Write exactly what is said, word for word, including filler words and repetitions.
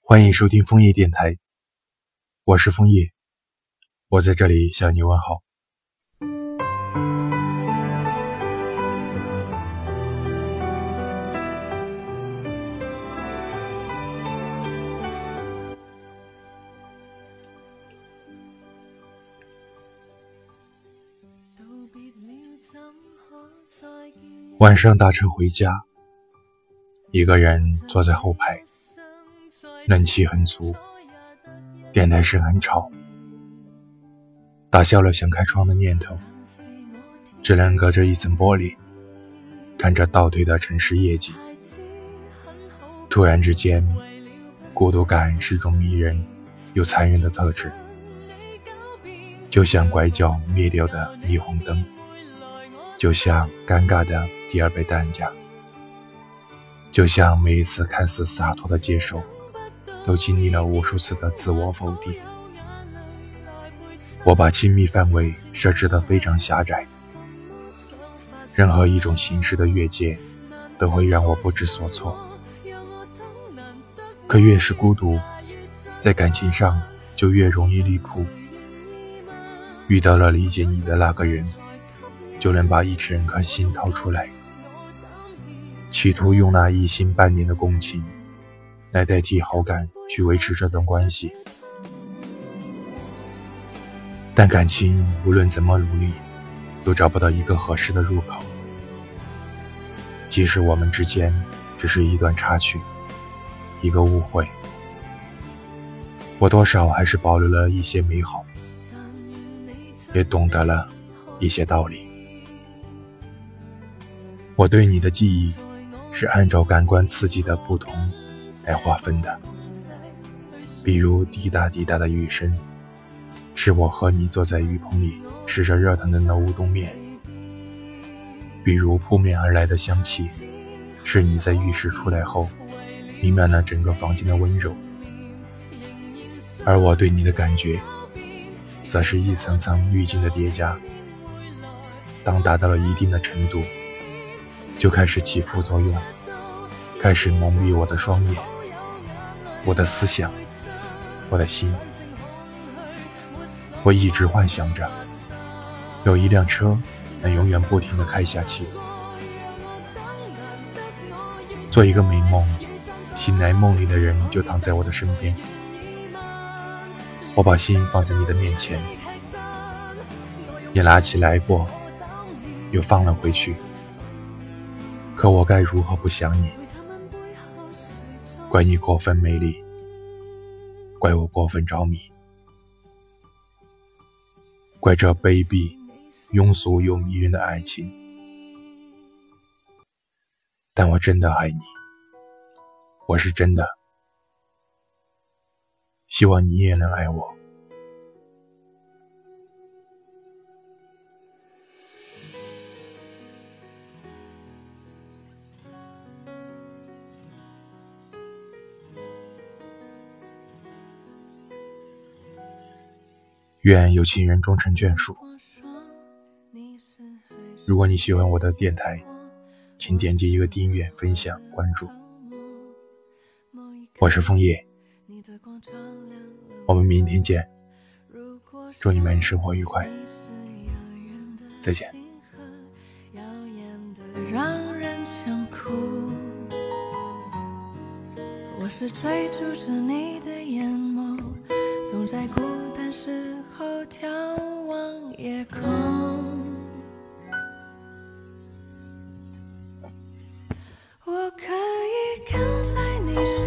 欢迎收听枫叶电台，我是枫叶，我在这里向你问好。晚上打车回家，一个人坐在后排，冷气很足，电台声很吵，打消了想开窗的念头，只能隔着一层玻璃看着倒退的城市夜景。突然之间，孤独感是种迷人又残忍的特质，就像拐角灭掉的霓虹灯，就像尴尬的第二杯担架，就像每一次看似洒脱的接受，都经历了无数次的自我否定。我把亲密范围设置得非常狭窄，任何一种形式的越界都会让我不知所措。可越是孤独，在感情上就越容易离谱。遇到了理解你的那个人，就能把一整颗心掏出来，企图用那一心半年的共情来代替好感去维持这段关系。但感情无论怎么努力，都找不到一个合适的入口。即使我们之间只是一段插曲，一个误会，我多少还是保留了一些美好，也懂得了一些道理。我对你的记忆是按照感官刺激的不同来划分的，比如滴答滴答的雨声，是我和你坐在雨棚里吃着热腾腾的乌冬面；比如扑面而来的香气，是你在浴室出来后弥漫了整个房间的温柔。而我对你的感觉则是一层层滤镜的叠加，当达到了一定的程度，就开始起副作用，开始蒙蔽我的双眼，我的思想，我的心。我一直幻想着有一辆车能永远不停地开下去，做一个美梦，醒来梦里的人就躺在我的身边。我把心放在你的面前，也拿起来过，又放了回去。可我该如何不想你？怪你过分美丽，怪我过分着迷，怪这卑鄙、庸俗又迷人的爱情。但我真的爱你，我是真的。希望你也能爱我。愿有情人终成眷属。如果你喜欢我的电台，请点击一个订阅、分享、关注。我是枫叶，我们明天见，祝你们生活愉快，再见。 我是追逐着你的眼眸，总在孤单时候眺望夜空。我可以跟在你身